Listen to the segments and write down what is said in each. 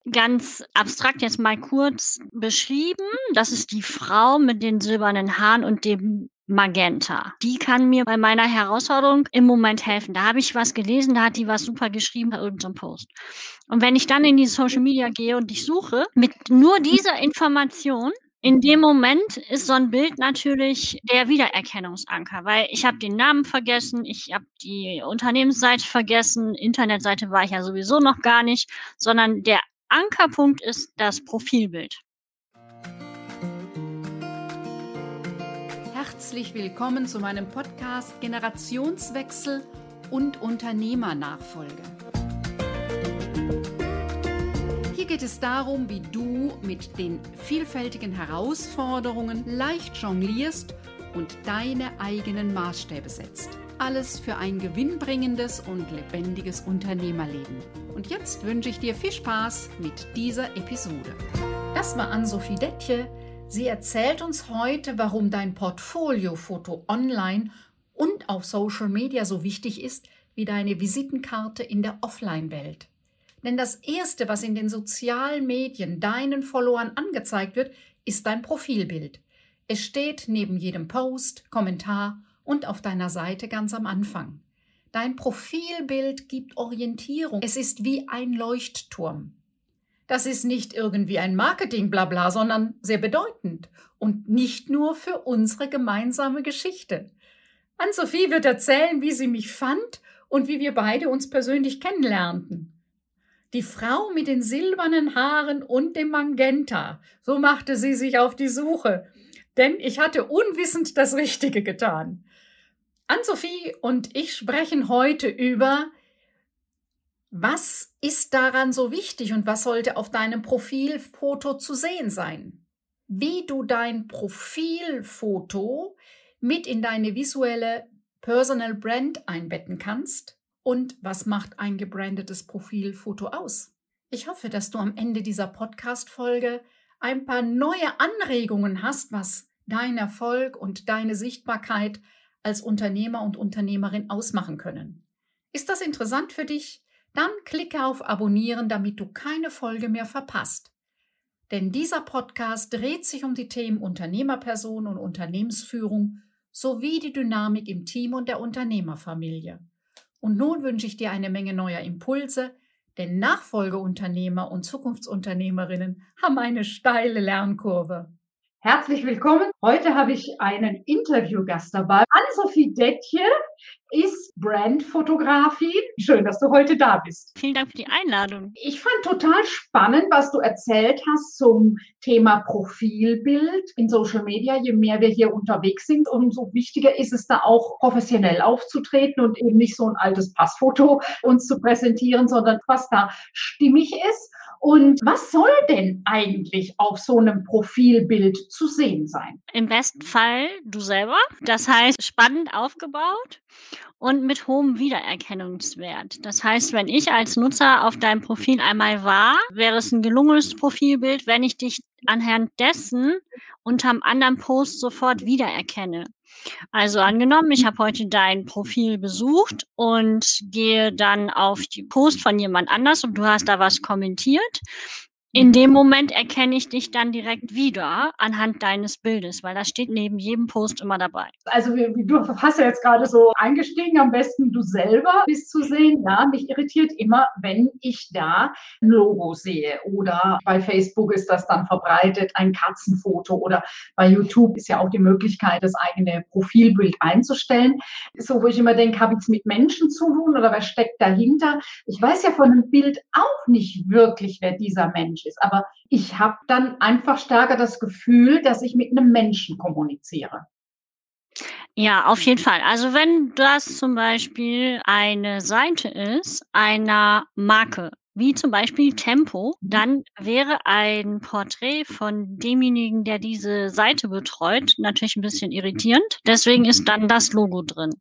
ganz abstrakt jetzt mal kurz beschrieben. Das ist die Frau mit den silbernen Haaren und dem Magenta. Die kann mir bei meiner Herausforderung im Moment helfen. Da habe ich was gelesen, da hat die was super geschrieben bei irgendeinem Post. Und wenn ich dann in die Social Media gehe und ich suche mit nur dieser Information, in dem Moment ist so ein Bild natürlich der Wiedererkennungsanker, weil ich habe den Namen vergessen, ich habe die Unternehmensseite vergessen, Internetseite war ich ja sowieso noch gar nicht, sondern der Ankerpunkt ist das Profilbild. Herzlich willkommen zu meinem Podcast Generationswechsel und Unternehmernachfolge. Hier geht es darum, wie du mit den vielfältigen Herausforderungen leicht jonglierst und deine eigenen Maßstäbe setzt. Alles für ein gewinnbringendes und lebendiges Unternehmerleben. Und jetzt wünsche ich dir viel Spaß mit dieser Episode. Das war Ann-Sophie Dettje. Sie erzählt uns heute, warum dein Portfoliofoto online und auf Social Media so wichtig ist wie deine Visitenkarte in der Offline-Welt. Denn das Erste, was in den sozialen Medien deinen Followern angezeigt wird, ist dein Profilbild. Es steht neben jedem Post, Kommentar und auf deiner Seite ganz am Anfang. Dein Profilbild gibt Orientierung. Es ist wie ein Leuchtturm. Das ist nicht irgendwie ein Marketing-Blabla, sondern sehr bedeutend und nicht nur für unsere gemeinsame Geschichte. Ann-Sophie wird erzählen, wie sie mich fand und wie wir beide uns persönlich kennenlernten. Die Frau mit den silbernen Haaren und dem Magenta, so machte sie sich auf die Suche, denn ich hatte unwissend das Richtige getan. Ann-Sophie und ich sprechen heute über: Was ist daran so wichtig und was sollte auf deinem Profilfoto zu sehen sein? Wie du dein Profilfoto mit in deine visuelle Personal Brand einbetten kannst und was macht ein gebrandetes Profilfoto aus? Ich hoffe, dass du am Ende dieser Podcast-Folge ein paar neue Anregungen hast, was dein Erfolg und deine Sichtbarkeit als Unternehmer und Unternehmerin ausmachen können. Ist das interessant für dich? Dann klicke auf Abonnieren, damit du keine Folge mehr verpasst. Denn dieser Podcast dreht sich um die Themen Unternehmerperson und Unternehmensführung sowie die Dynamik im Team und der Unternehmerfamilie. Und nun wünsche ich dir eine Menge neuer Impulse, denn Nachfolgeunternehmer und Zukunftsunternehmerinnen haben eine steile Lernkurve. Herzlich willkommen. Heute habe ich einen Interviewgast dabei. Ann-Sophie Dettje ist Brandfotografin. Schön, dass du heute da bist. Vielen Dank für die Einladung. Ich fand total spannend, was du erzählt hast zum Thema Profilbild in Social Media. Je mehr wir hier unterwegs sind, umso wichtiger ist es da auch professionell aufzutreten und eben nicht so ein altes Passfoto uns zu präsentieren, sondern was da stimmig ist. Und was soll denn eigentlich auf so einem Profilbild zu sehen sein? Im besten Fall du selber. Das heißt, spannend aufgebaut und mit hohem Wiedererkennungswert. Das heißt, wenn ich als Nutzer auf deinem Profil einmal war, wäre es ein gelungenes Profilbild, wenn ich dich anhand dessen unterm anderen Post sofort wiedererkenne. Also angenommen, ich habe heute dein Profil besucht und gehe dann auf die Post von jemand anders und du hast da was kommentiert. In dem Moment erkenne ich dich dann direkt wieder anhand deines Bildes, weil das steht neben jedem Post immer dabei. Also du hast ja jetzt gerade so eingestiegen, am besten du selber bist zu sehen. Ja, mich irritiert immer, wenn ich da ein Logo sehe oder bei Facebook ist das dann verbreitet, ein Katzenfoto oder bei YouTube ist ja auch die Möglichkeit, das eigene Profilbild einzustellen. So, wo ich immer denke, habe ich es mit Menschen zu tun oder was steckt dahinter? Ich weiß ja von einem Bild auch nicht wirklich, wer dieser Mensch ist, aber ich habe dann einfach stärker das Gefühl, dass ich mit einem Menschen kommuniziere. Ja, auf jeden Fall. Also wenn das zum Beispiel eine Seite ist einer Marke, wie zum Beispiel Tempo, dann wäre ein Porträt von demjenigen, der diese Seite betreut, natürlich ein bisschen irritierend. Deswegen ist dann das Logo drin.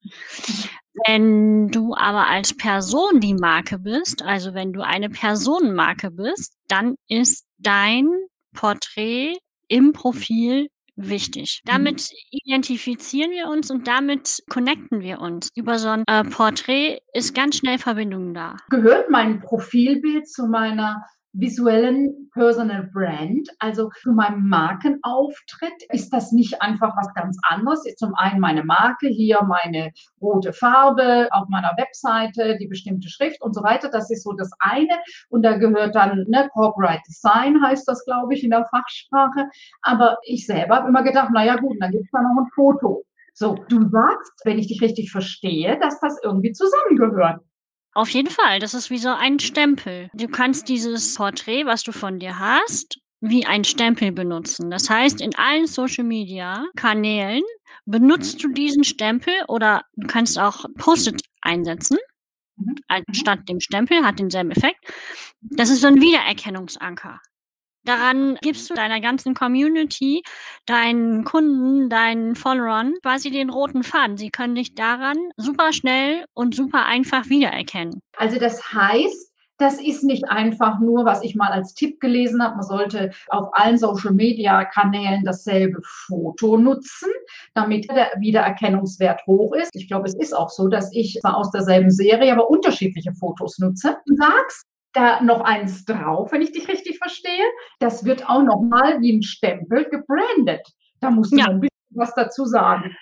Wenn du aber als Person die Marke bist, also wenn du eine Personenmarke bist, dann ist dein Porträt im Profil wichtig. Damit identifizieren wir uns und damit connecten wir uns. Über so ein Porträt ist ganz schnell Verbindung da. Gehört mein Profilbild zu meiner visuellen Personal Brand, also für meinen Markenauftritt, ist das nicht einfach was ganz anderes. Ist zum einen meine Marke, hier meine rote Farbe auf meiner Webseite, die bestimmte Schrift und so weiter. Das ist so das eine. Und da gehört dann, Corporate Design heißt das, glaube ich, in der Fachsprache. Aber ich selber habe immer gedacht, naja gut, dann gibt es da noch ein Foto. So, du sagst, wenn ich dich richtig verstehe, dass das irgendwie zusammengehört. Auf jeden Fall, das ist wie so ein Stempel. Du kannst dieses Porträt, was du von dir hast, wie ein Stempel benutzen. Das heißt, in allen Social-Media-Kanälen benutzt du diesen Stempel oder du kannst auch Post-it einsetzen. Anstatt dem Stempel, hat denselben Effekt. Das ist so ein Wiedererkennungsanker. Daran gibst du deiner ganzen Community, deinen Kunden, deinen Followern quasi den roten Faden. Sie können dich daran super schnell und super einfach wiedererkennen. Also das heißt, das ist nicht einfach nur, was ich mal als Tipp gelesen habe, man sollte auf allen Social-Media-Kanälen dasselbe Foto nutzen, damit der Wiedererkennungswert hoch ist. Ich glaube, es ist auch so, dass ich zwar aus derselben Serie, aber unterschiedliche Fotos nutze. Du sagst da noch eins drauf, wenn ich dich richtig verstehe. Das wird auch nochmal wie ein Stempel gebrandet. Da musst du noch ein bisschen was dazu sagen.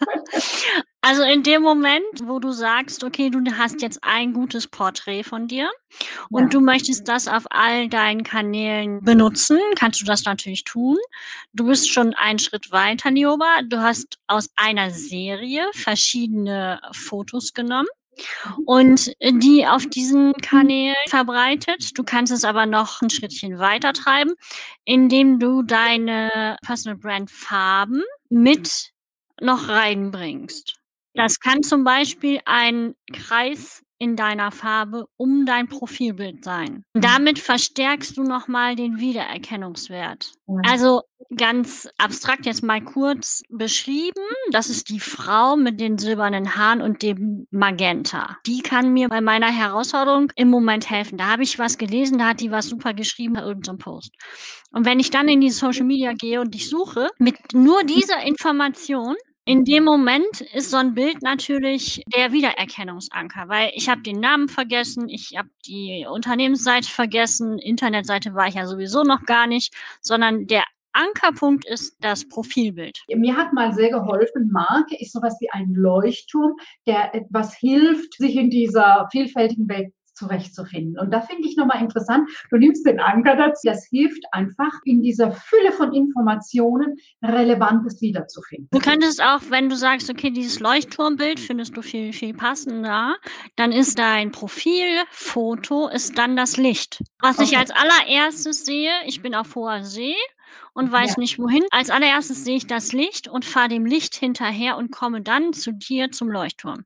Also in dem Moment, wo du sagst, okay, du hast jetzt ein gutes Porträt von dir und du möchtest das auf all deinen Kanälen benutzen, kannst du das natürlich tun. Du bist schon einen Schritt weiter, Nioba. Du hast aus einer Serie verschiedene Fotos genommen und die auf diesen Kanälen verbreitet. Du kannst es aber noch ein Schrittchen weiter treiben, indem du deine Personal Brand Farben mit noch reinbringst. Das kann zum Beispiel ein Kreis in deiner Farbe um dein Profilbild sein. Damit verstärkst du nochmal den Wiedererkennungswert. Also ganz abstrakt jetzt mal kurz beschrieben, das ist die Frau mit den silbernen Haaren und dem Magenta. Die kann mir bei meiner Herausforderung im Moment helfen. Da habe ich was gelesen, da hat die was super geschrieben bei irgendeinem Post. Und wenn ich dann in die Social Media gehe und ich suche mit nur dieser Information, in dem Moment ist so ein Bild natürlich der Wiedererkennungsanker, weil ich habe den Namen vergessen, ich habe die Unternehmensseite vergessen, Internetseite war ich ja sowieso noch gar nicht, sondern der Ankerpunkt ist das Profilbild. Mir hat mal sehr geholfen, Marke ist sowas wie ein Leuchtturm, der etwas hilft, sich in dieser vielfältigen Welt zurechtzufinden. Und da finde ich nochmal interessant, du nimmst den Anker dazu, das hilft einfach, in dieser Fülle von Informationen Relevantes wiederzufinden. Du könntest auch, wenn du sagst, okay, dieses Leuchtturmbild findest du viel, viel passender, dann ist dein Profilfoto, ist dann das Licht. Was ich als allererstes sehe, ich bin auf hoher See und weiß nicht wohin. Als allererstes sehe ich das Licht und fahre dem Licht hinterher und komme dann zu dir zum Leuchtturm.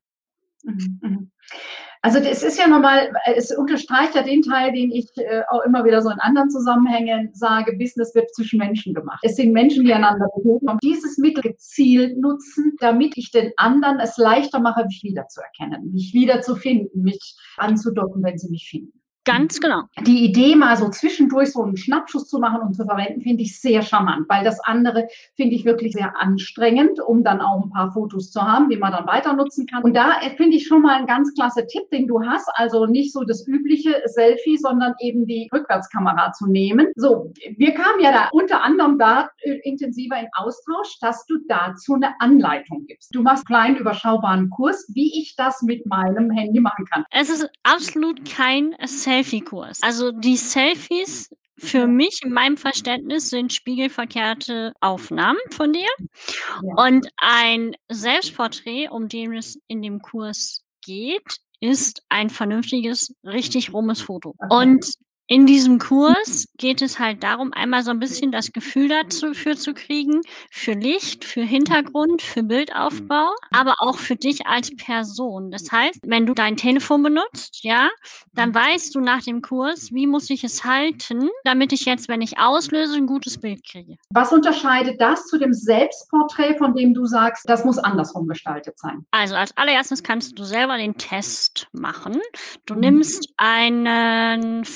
Also das ist ja nochmal, es unterstreicht ja den Teil, den ich auch immer wieder so in anderen Zusammenhängen sage, Business wird zwischen Menschen gemacht. Es sind Menschen, die einander begegnen und dieses Mittel gezielt nutzen, damit ich den anderen es leichter mache, mich wiederzuerkennen, mich wiederzufinden, mich anzudocken, wenn sie mich finden. Ganz genau. Die Idee, mal so zwischendurch so einen Schnappschuss zu machen und zu verwenden, finde ich sehr charmant, weil das andere finde ich wirklich sehr anstrengend, um dann auch ein paar Fotos zu haben, die man dann weiter nutzen kann. Und da finde ich schon mal einen ganz klasse Tipp, den du hast, also nicht so das übliche Selfie, sondern eben die Rückwärtskamera zu nehmen. So, wir kamen ja da unter anderem da intensiver in Austausch, dass du dazu eine Anleitung gibst. Du machst einen kleinen, überschaubaren Kurs, wie ich das mit meinem Handy machen kann. Es ist absolut kein Selfie-Kurs. Also die Selfies für mich, in meinem Verständnis, sind spiegelverkehrte Aufnahmen von dir. Und ein Selbstporträt, um den es in dem Kurs geht, ist ein vernünftiges, richtig rummes Foto. Und in diesem Kurs geht es halt darum, einmal so ein bisschen das Gefühl dafür zu kriegen, für Licht, für Hintergrund, für Bildaufbau, aber auch für dich als Person. Das heißt, wenn du dein Telefon benutzt, ja, dann weißt du nach dem Kurs, wie muss ich es halten, damit ich jetzt, wenn ich auslöse, ein gutes Bild kriege. Was unterscheidet das zu dem Selbstporträt, von dem du sagst, das muss andersrum gestaltet sein? Also als allererstes kannst du selber den Test machen. Du nimmst einen Farben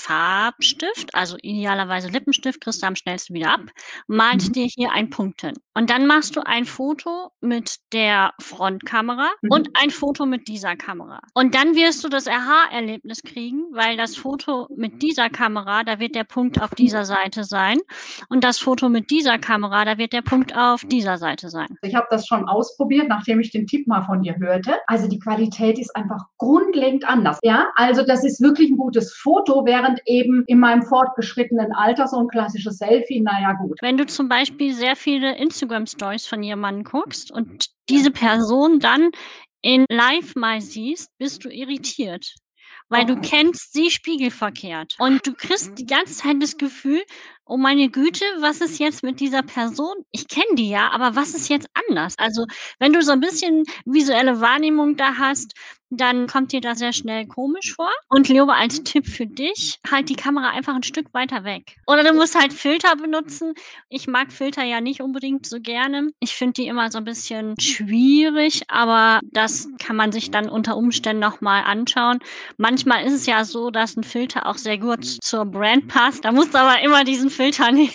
Farbstift, also idealerweise Lippenstift, kriegst du am schnellsten wieder ab, malst dir hier einen Punkt hin. Und dann machst du ein Foto mit der Frontkamera und ein Foto mit dieser Kamera. Und dann wirst du das Aha-Erlebnis kriegen, weil das Foto mit dieser Kamera, da wird der Punkt auf dieser Seite sein und das Foto mit dieser Kamera, da wird der Punkt auf dieser Seite sein. Ich habe das schon ausprobiert, nachdem ich den Tipp mal von dir hörte. Also die Qualität ist einfach grundlegend anders. Ja, also das ist wirklich ein gutes Foto, während eben in meinem fortgeschrittenen Alter so ein klassisches Selfie, naja gut. Wenn du zum Beispiel sehr viele Instagram-Stories von jemandem guckst und diese Person dann in live mal siehst, bist du irritiert. Weil du kennst sie spiegelverkehrt. Und du kriegst die ganze Zeit das Gefühl, oh meine Güte, was ist jetzt mit dieser Person? Ich kenne die ja, aber was ist jetzt anders? Also wenn du so ein bisschen visuelle Wahrnehmung da hast, dann kommt dir das sehr schnell komisch vor. Und Liobe, als Tipp für dich, halt die Kamera einfach ein Stück weiter weg. Oder du musst halt Filter benutzen. Ich mag Filter ja nicht unbedingt so gerne. Ich finde die immer so ein bisschen schwierig, aber das kann man sich dann unter Umständen nochmal anschauen. Manchmal ist es ja so, dass ein Filter auch sehr gut zur Brand passt. Da musst du aber immer diesen Filter nehmen.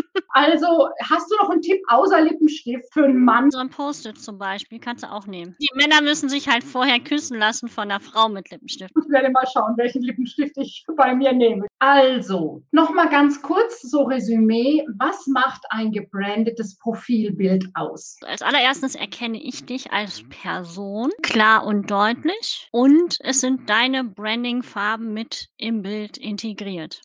Also hast du noch einen Tipp außer Lippenstift für einen Mann? So ein Post-it zum Beispiel kannst du auch nehmen. Die Männer müssen sich halt vorher küssen lassen von einer Frau mit Lippenstift. Ich werde mal schauen, welchen Lippenstift ich bei mir nehme. Also, nochmal ganz kurz so Resümee. Was macht ein gebrandetes Profilbild aus? Als allererstes erkenne ich dich als Person, klar und deutlich. Und es sind deine Branding-Farben mit im Bild integriert.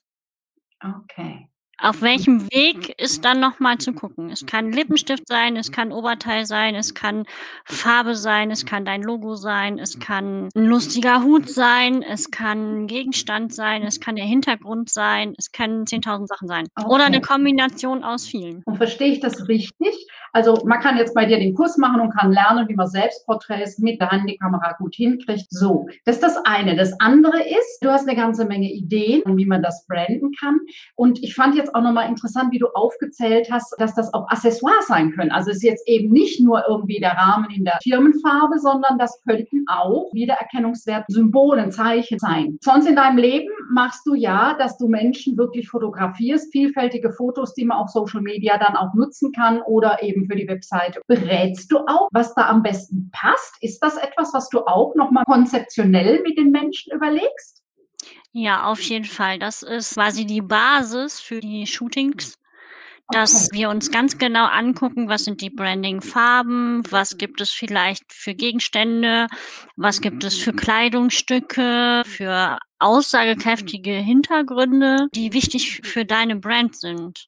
Okay. Auf welchem Weg ist dann nochmal zu gucken. Es kann Lippenstift sein, es kann Oberteil sein, es kann Farbe sein, es kann dein Logo sein, es kann ein lustiger Hut sein, es kann ein Gegenstand sein, es kann der Hintergrund sein, es können 10.000 Sachen sein. Oder eine Kombination aus vielen. Und verstehe ich das richtig? Also man kann jetzt bei dir den Kurs machen und kann lernen, wie man Selbstporträts mit der Handykamera gut hinkriegt. So, das ist das eine. Das andere ist, du hast eine ganze Menge Ideen, wie man das branden kann. Und ich fand jetzt auch nochmal interessant, wie du aufgezählt hast, dass das auch Accessoires sein können. Also es ist jetzt eben nicht nur irgendwie der Rahmen in der Firmenfarbe, sondern das könnten auch Wiedererkennungswert Symbole, Zeichen sein. Sonst in deinem Leben machst du ja, dass du Menschen wirklich fotografierst, vielfältige Fotos, die man auf Social Media dann auch nutzen kann oder eben für die Webseite. Berätst du auch, was da am besten passt? Ist das etwas, was du auch nochmal konzeptionell mit den Menschen überlegst? Ja, auf jeden Fall. Das ist quasi die Basis für die Shootings, dass wir uns ganz genau angucken, was sind die Branding-Farben, was gibt es vielleicht für Gegenstände, was gibt es für Kleidungsstücke, für aussagekräftige Hintergründe, die wichtig für deine Brand sind.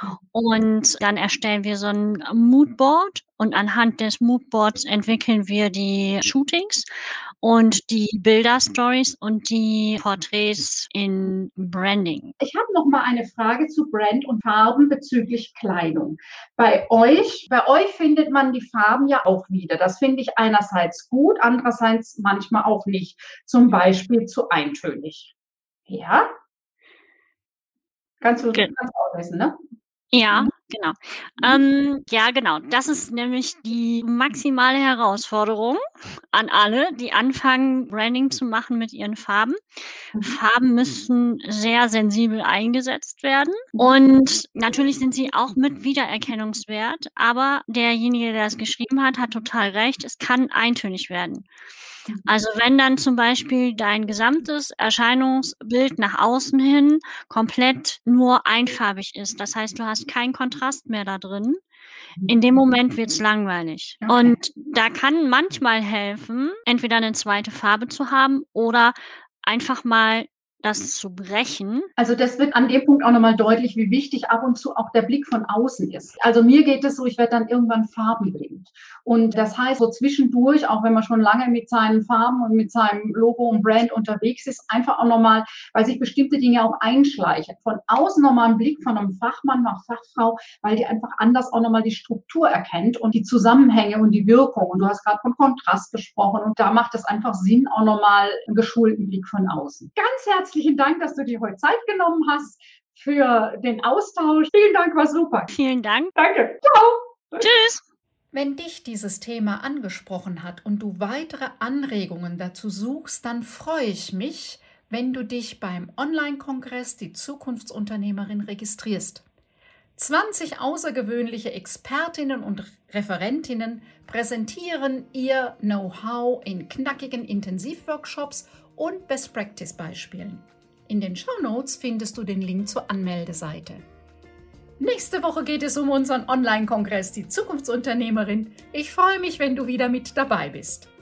Und dann erstellen wir so ein Moodboard und anhand des Moodboards entwickeln wir die Shootings und die Bilder-Stories und die Porträts in Branding. Ich habe noch mal eine Frage zu Brand und Farben bezüglich Kleidung. Bei euch findet man die Farben ja auch wieder. Das finde ich einerseits gut, andererseits manchmal auch nicht. Zum Beispiel zu eintönig. Ja? Kannst du auch wissen, ne? Ja, genau. Ja, genau. Das ist nämlich die maximale Herausforderung an alle, die anfangen, Branding zu machen mit ihren Farben. Farben müssen sehr sensibel eingesetzt werden und natürlich sind sie auch mit Wiedererkennungswert, aber derjenige, der es geschrieben hat, hat total recht, es kann eintönig werden. Also wenn dann zum Beispiel dein gesamtes Erscheinungsbild nach außen hin komplett nur einfarbig ist, das heißt, du hast keinen Kontrast mehr da drin, in dem Moment wird's langweilig. Und da kann manchmal helfen, entweder eine zweite Farbe zu haben oder einfach mal das zu brechen. Also das wird an dem Punkt auch nochmal deutlich, wie wichtig ab und zu auch der Blick von außen ist. Also mir geht es so, ich werde dann irgendwann farbenblind. Und das heißt, so zwischendurch, auch wenn man schon lange mit seinen Farben und mit seinem Logo und Brand unterwegs ist, einfach auch nochmal, weil sich bestimmte Dinge auch einschleichen. Von außen nochmal einen Blick von einem Fachmann nach Fachfrau, weil die einfach anders auch nochmal die Struktur erkennt und die Zusammenhänge und die Wirkung. Und du hast gerade von Kontrast gesprochen. Und da macht es einfach Sinn, auch nochmal einen geschulten Blick von außen. Ganz herzlichen Dank, dass du dir heute Zeit genommen hast für den Austausch. Vielen Dank, war super. Vielen Dank. Danke. Ciao. Tschüss. Wenn dich dieses Thema angesprochen hat und du weitere Anregungen dazu suchst, dann freue ich mich, wenn du dich beim Online-Kongress Die Zukunftsunternehmerin registrierst. 20 außergewöhnliche Expertinnen und Referentinnen präsentieren ihr Know-how in knackigen Intensivworkshops und Best-Practice-Beispielen. In den Shownotes findest du den Link zur Anmeldeseite. Nächste Woche geht es um unseren Online-Kongress Die Zukunftsunternehmerin. Ich freue mich, wenn du wieder mit dabei bist.